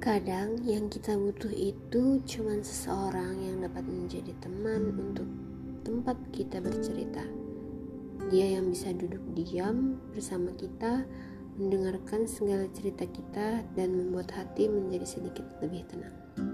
Kadang yang kita butuh itu cuma seseorang yang dapat menjadi teman untuk tempat kita bercerita. Dia yang bisa duduk diam bersama kita, mendengarkan segala cerita kita dan membuat hati menjadi sedikit lebih tenang.